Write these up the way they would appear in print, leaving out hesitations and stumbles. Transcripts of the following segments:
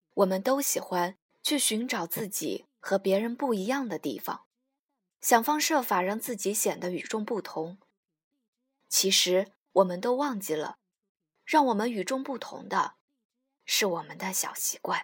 我们都喜欢去寻找自己和别人不一样的地方，想方设法让自己显得与众不同。其实我们都忘记了，让我们与众不同的是我们的小习惯。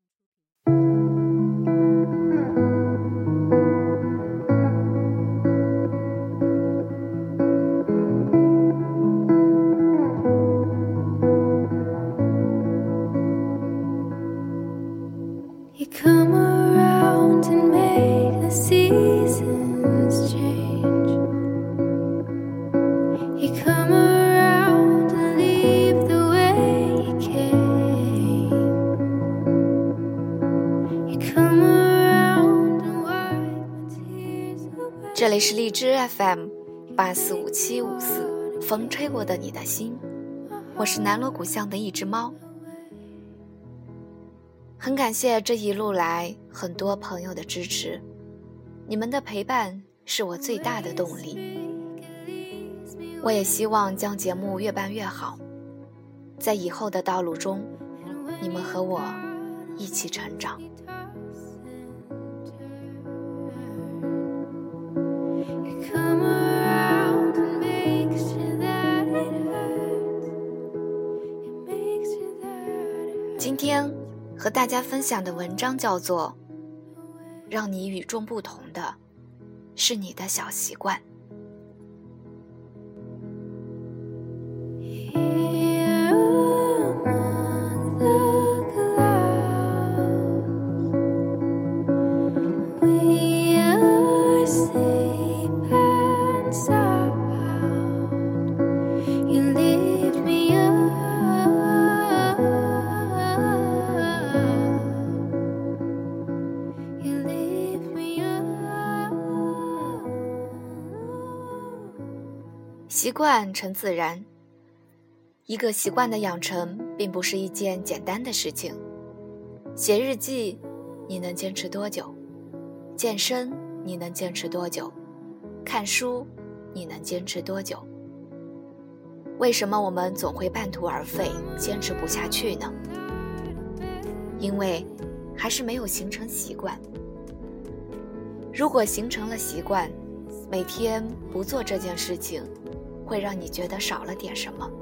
这里是荔枝 FM 845754，风吹过的你的心，我是南锣鼓巷的一只猫。很感谢这一路来很多朋友的支持，你们的陪伴是我最大的动力。我也希望将节目越办越好，在以后的道路中，你们和我一起成长。今天和大家分享的文章叫做《让你与众不同的是你的小习惯》。习惯成自然，一个习惯的养成并不是一件简单的事情。写日记，你能坚持多久？健身，你能坚持多久？看书，你能坚持多久？为什么我们总会半途而废，坚持不下去呢？因为还是没有形成习惯。如果形成了习惯，每天不做这件事情，会让你觉得少了点什么。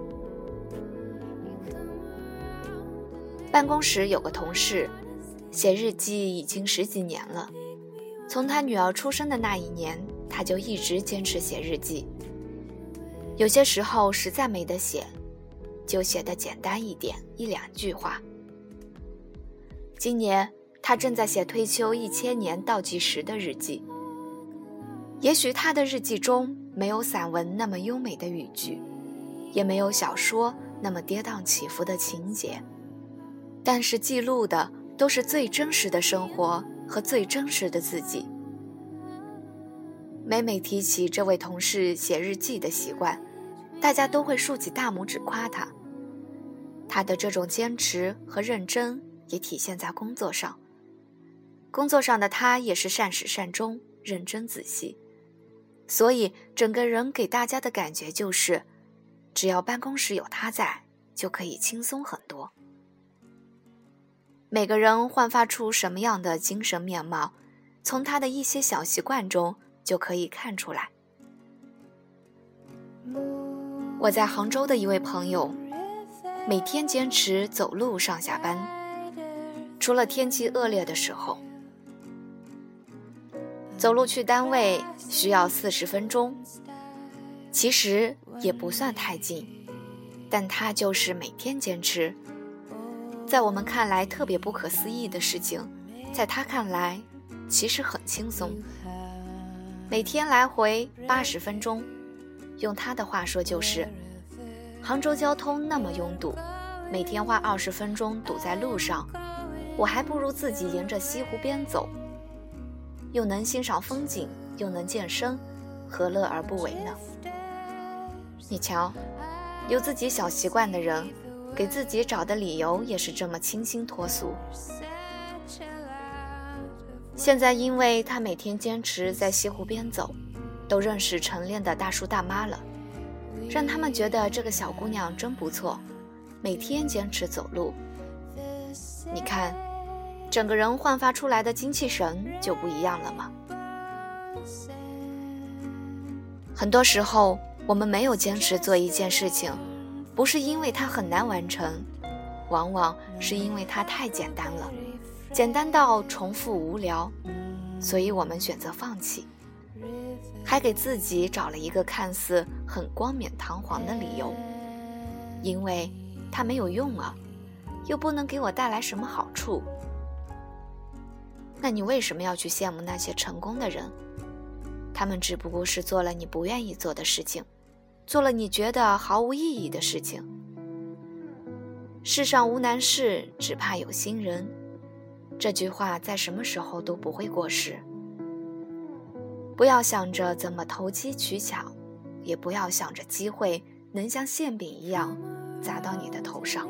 办公室有个同事，写日记已经10几年了。从他女儿出生的那一年，他就一直坚持写日记。有些时候实在没得写，就写得简单一点，1-2句话。今年他正在写推秋1000年倒计时的日记。也许他的日记中没有散文那么优美的语句，也没有小说那么跌宕起伏的情节，但是记录的都是最真实的生活和最真实的自己。每每提起这位同事写日记的习惯，大家都会竖起大拇指夸他。他的这种坚持和认真也体现在工作上。工作上的他也是善始善终，认真仔细。所以整个人给大家的感觉就是，只要办公室有他在，就可以轻松很多。每个人焕发出什么样的精神面貌，从他的一些小习惯中就可以看出来。我在杭州的一位朋友，每天坚持走路上下班，除了天气恶劣的时候。走路去单位需要40分钟，其实也不算太近，但他就是每天坚持。在我们看来特别不可思议的事情，在他看来其实很轻松。每天来回80分钟，用他的话说就是，杭州交通那么拥堵，每天花20分钟堵在路上，我还不如自己沿着西湖边走，又能欣赏风景，又能健身，何乐而不为呢？你瞧，有自己小习惯的人，给自己找的理由也是这么清新脱俗。现在因为他每天坚持在西湖边走，都认识晨练的大叔大妈了，让他们觉得这个小姑娘真不错，每天坚持走路。你看， 整个人焕发出来的精气神就不一样了吗？很多时候，我们没有坚持做一件事情，不是因为它很难完成，往往是因为它太简单了，简单到重复无聊，所以我们选择放弃，还给自己找了一个看似很冠冕堂皇的理由，因为它没有用啊，又不能给我带来什么好处。那你为什么要去羡慕那些成功的人？他们只不过是做了你不愿意做的事情，做了你觉得毫无意义的事情。世上无难事，只怕有心人，这句话在什么时候都不会过时。不要想着怎么投机取巧，也不要想着机会能像馅饼一样砸到你的头上。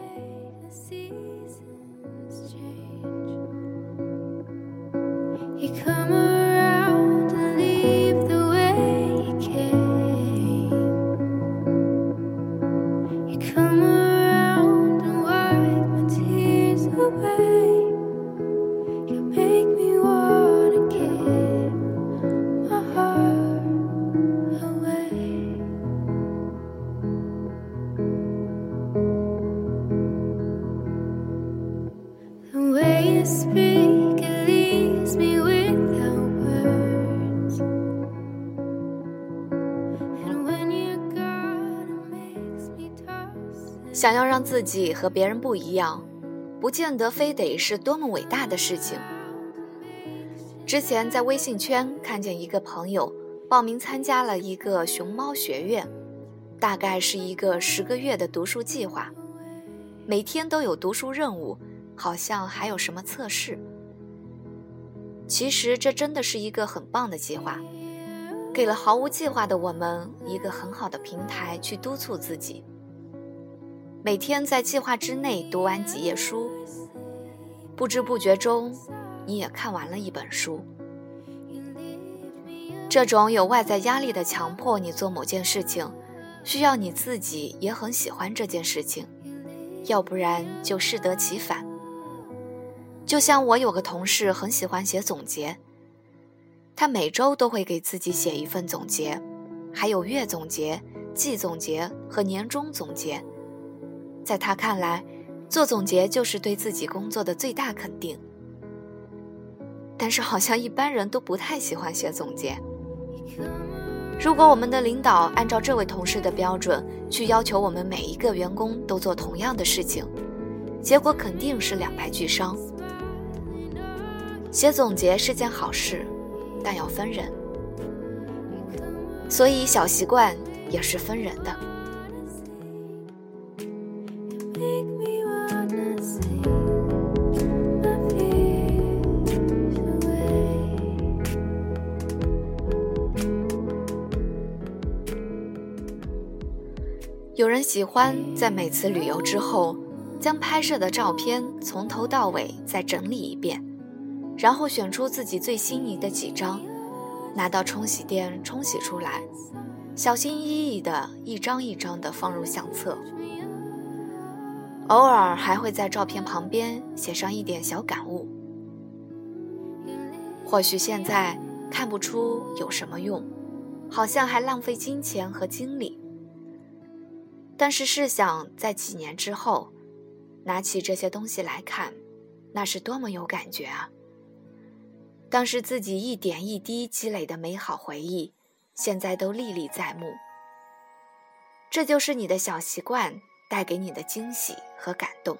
想要让自己和别人不一样，不见得非得是多么伟大的事情。之前在微信圈看见一个朋友报名参加了一个熊猫学院，大概是一个10个月的读书计划，每天都有读书任务，好像还有什么测试。其实这真的是一个很棒的计划，给了毫无计划的我们一个很好的平台去督促自己。每天在计划之内读完几页书，不知不觉中你也看完了一本书。这种有外在压力的强迫你做某件事情，需要你自己也很喜欢这件事情，要不然就适得其反。就像我有个同事很喜欢写总结，他每周都会给自己写一份总结，还有月总结、季总结和年终总结。在他看来，做总结就是对自己工作的最大肯定。但是好像一般人都不太喜欢写总结。如果我们的领导按照这位同事的标准去要求我们每一个员工都做同样的事情，结果肯定是两败俱伤。写总结是件好事，但要分人，所以小习惯也是分人的。有人喜欢在每次旅游之后，将拍摄的照片从头到尾再整理一遍，然后选出自己最心仪的几张，拿到冲洗店冲洗出来，小心翼翼地一张一张地放入相册。偶尔还会在照片旁边写上一点小感悟。或许现在看不出有什么用，好像还浪费金钱和精力。但是试想，在几年之后，拿起这些东西来看，那是多么有感觉啊！当时自己一点一滴积累的美好回忆，现在都历历在目。这就是你的小习惯带给你的惊喜和感动。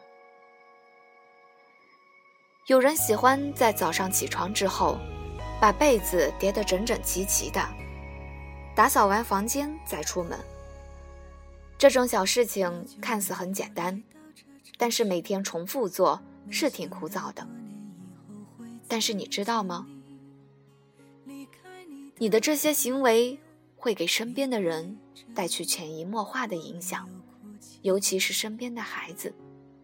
有人喜欢在早上起床之后，把被子叠得整整齐齐的，打扫完房间再出门。这种小事情看似很简单，但是每天重复做是挺枯燥的。但是你知道吗？你的这些行为会给身边的人带去潜移默化的影响，尤其是身边的孩子。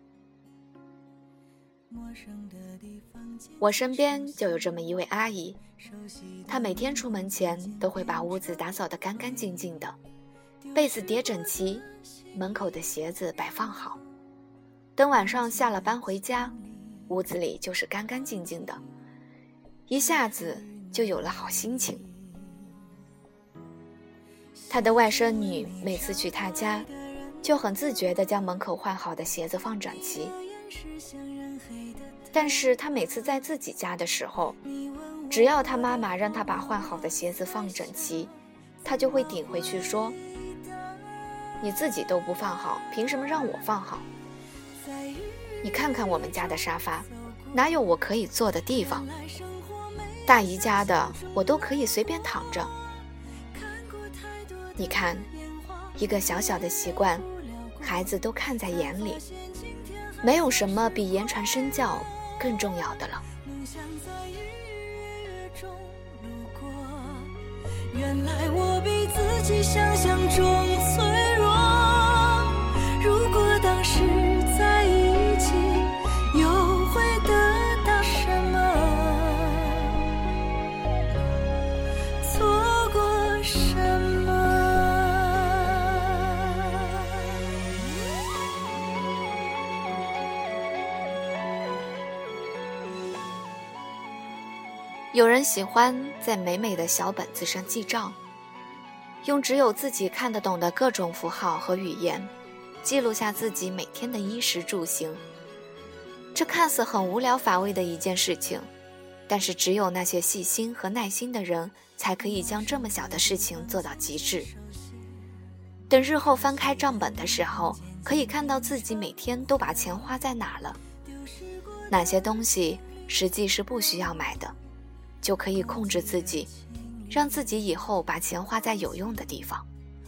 我身边就有这么一位阿姨，她每天出门前都会把屋子打扫得干干净净的，被子叠整齐，门口的鞋子摆放好。等晚上下了班回家， 屋子里就是干干净净的，一下子就有了好心情。他的外甥女每次去他家，就很自觉地将门口换好的鞋子放整齐。但是他每次在自己家的时候，只要他妈妈让他把换好的鞋子放整齐，他就会顶回去说：你自己都不放好，凭什么让我放好？你看看我们家的沙发，哪有我可以坐的地方？大姨家的我都可以随便躺着。你看，一个小小的习惯，孩子都看在眼里，没有什么比言传身教更重要的了。 原来我比自己想象中脆弱，如果当时在一起，又会得到什么？错过什么？ 有人喜欢在美美的小本子上记账，用只有自己看得懂的各种符号和语言，记录下自己每天的衣食住行。这看似很无聊乏味的一件事情，但是只有那些细心和耐心的人，才可以将这么小的事情做到极致。等日后翻开账本的时候，可以看到自己每天都把钱花在哪了，哪些东西实际是不需要买的，就可以控制自己，让自己以后把钱花在有用的地方。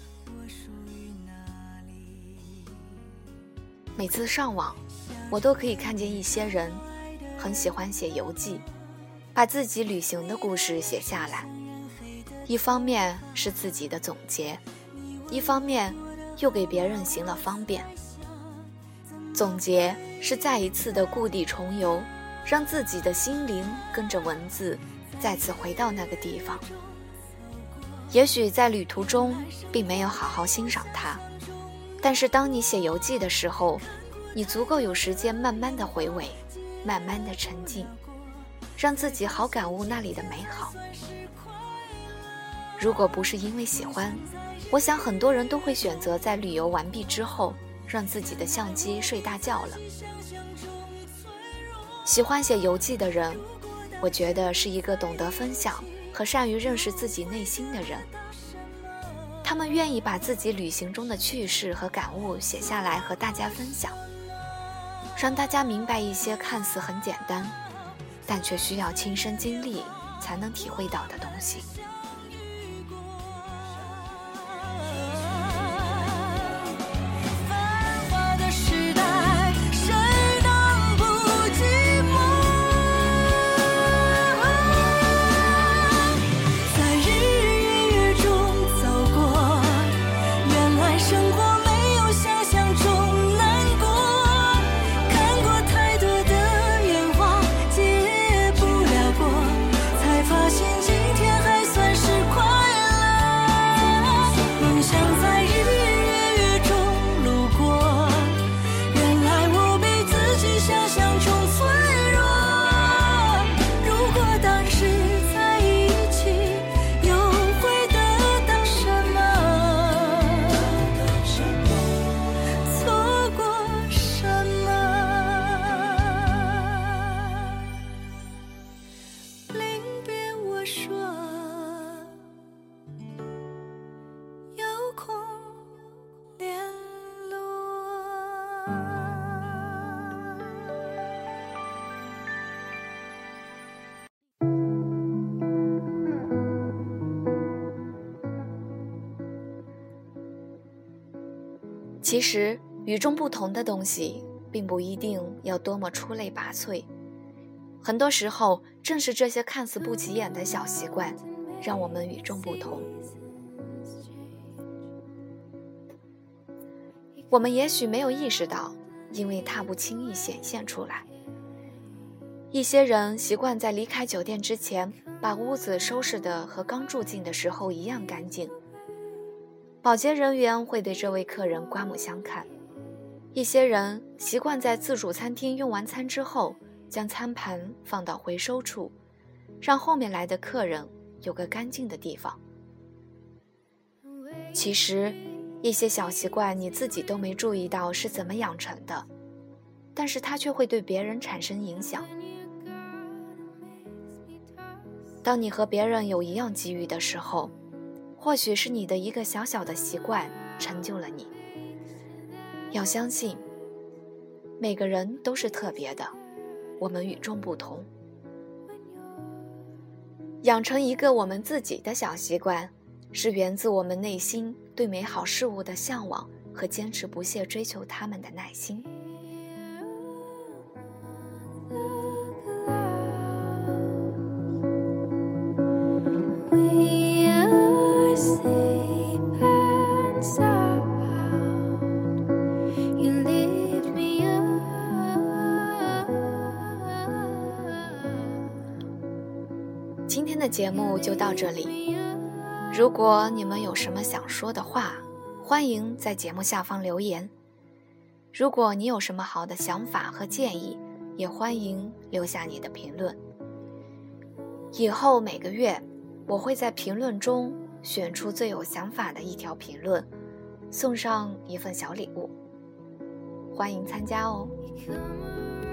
每次上网，我都可以看见一些人很喜欢写游记，把自己旅行的故事写下来，一方面是自己的总结，一方面又给别人行了方便。总结是再一次的故地重游，让自己的心灵跟着文字再次回到那个地方。也许在旅途中并没有好好欣赏它，但是当你写游记的时候，你足够有时间慢慢的回味，慢慢的沉浸，让自己好感悟那里的美好。如果不是因为喜欢，我想很多人都会选择在旅游完毕之后，让自己的相机睡大觉了。喜欢写游记的人，我觉得是一个懂得分享和善于认识自己内心的人。他们愿意把自己旅行中的趣事和感悟写下来和大家分享，让大家明白一些看似很简单，但却需要亲身经历才能体会到的东西。其实与众不同的东西并不一定要多么出类拔萃，很多时候正是这些看似不起眼的小习惯让我们与众不同。我们也许没有意识到，因为它不轻易显现出来。一些人习惯在离开酒店之前把屋子收拾得和刚住进的时候一样干净，保洁人员会对这位客人刮目相看。一些人习惯在自助餐厅用完餐之后将餐盘放到回收处，让后面来的客人有个干净的地方。其实一些小习惯你自己都没注意到是怎么养成的，但是它却会对别人产生影响。当你和别人有一样机遇的时候，或许是你的一个小小的习惯成就了你。要相信每个人都是特别的，我们与众不同。养成一个我们自己的小习惯，是源自我们内心对美好事物的向往和坚持不懈追求它们的耐心。今天的节目就到这里，如果你们有什么想说的话，欢迎在节目下方留言。如果你有什么好的想法和建议，也欢迎留下你的评论。以后每个月我会在评论中选出最有想法的一条评论，送上一份小礼物，欢迎参加哦。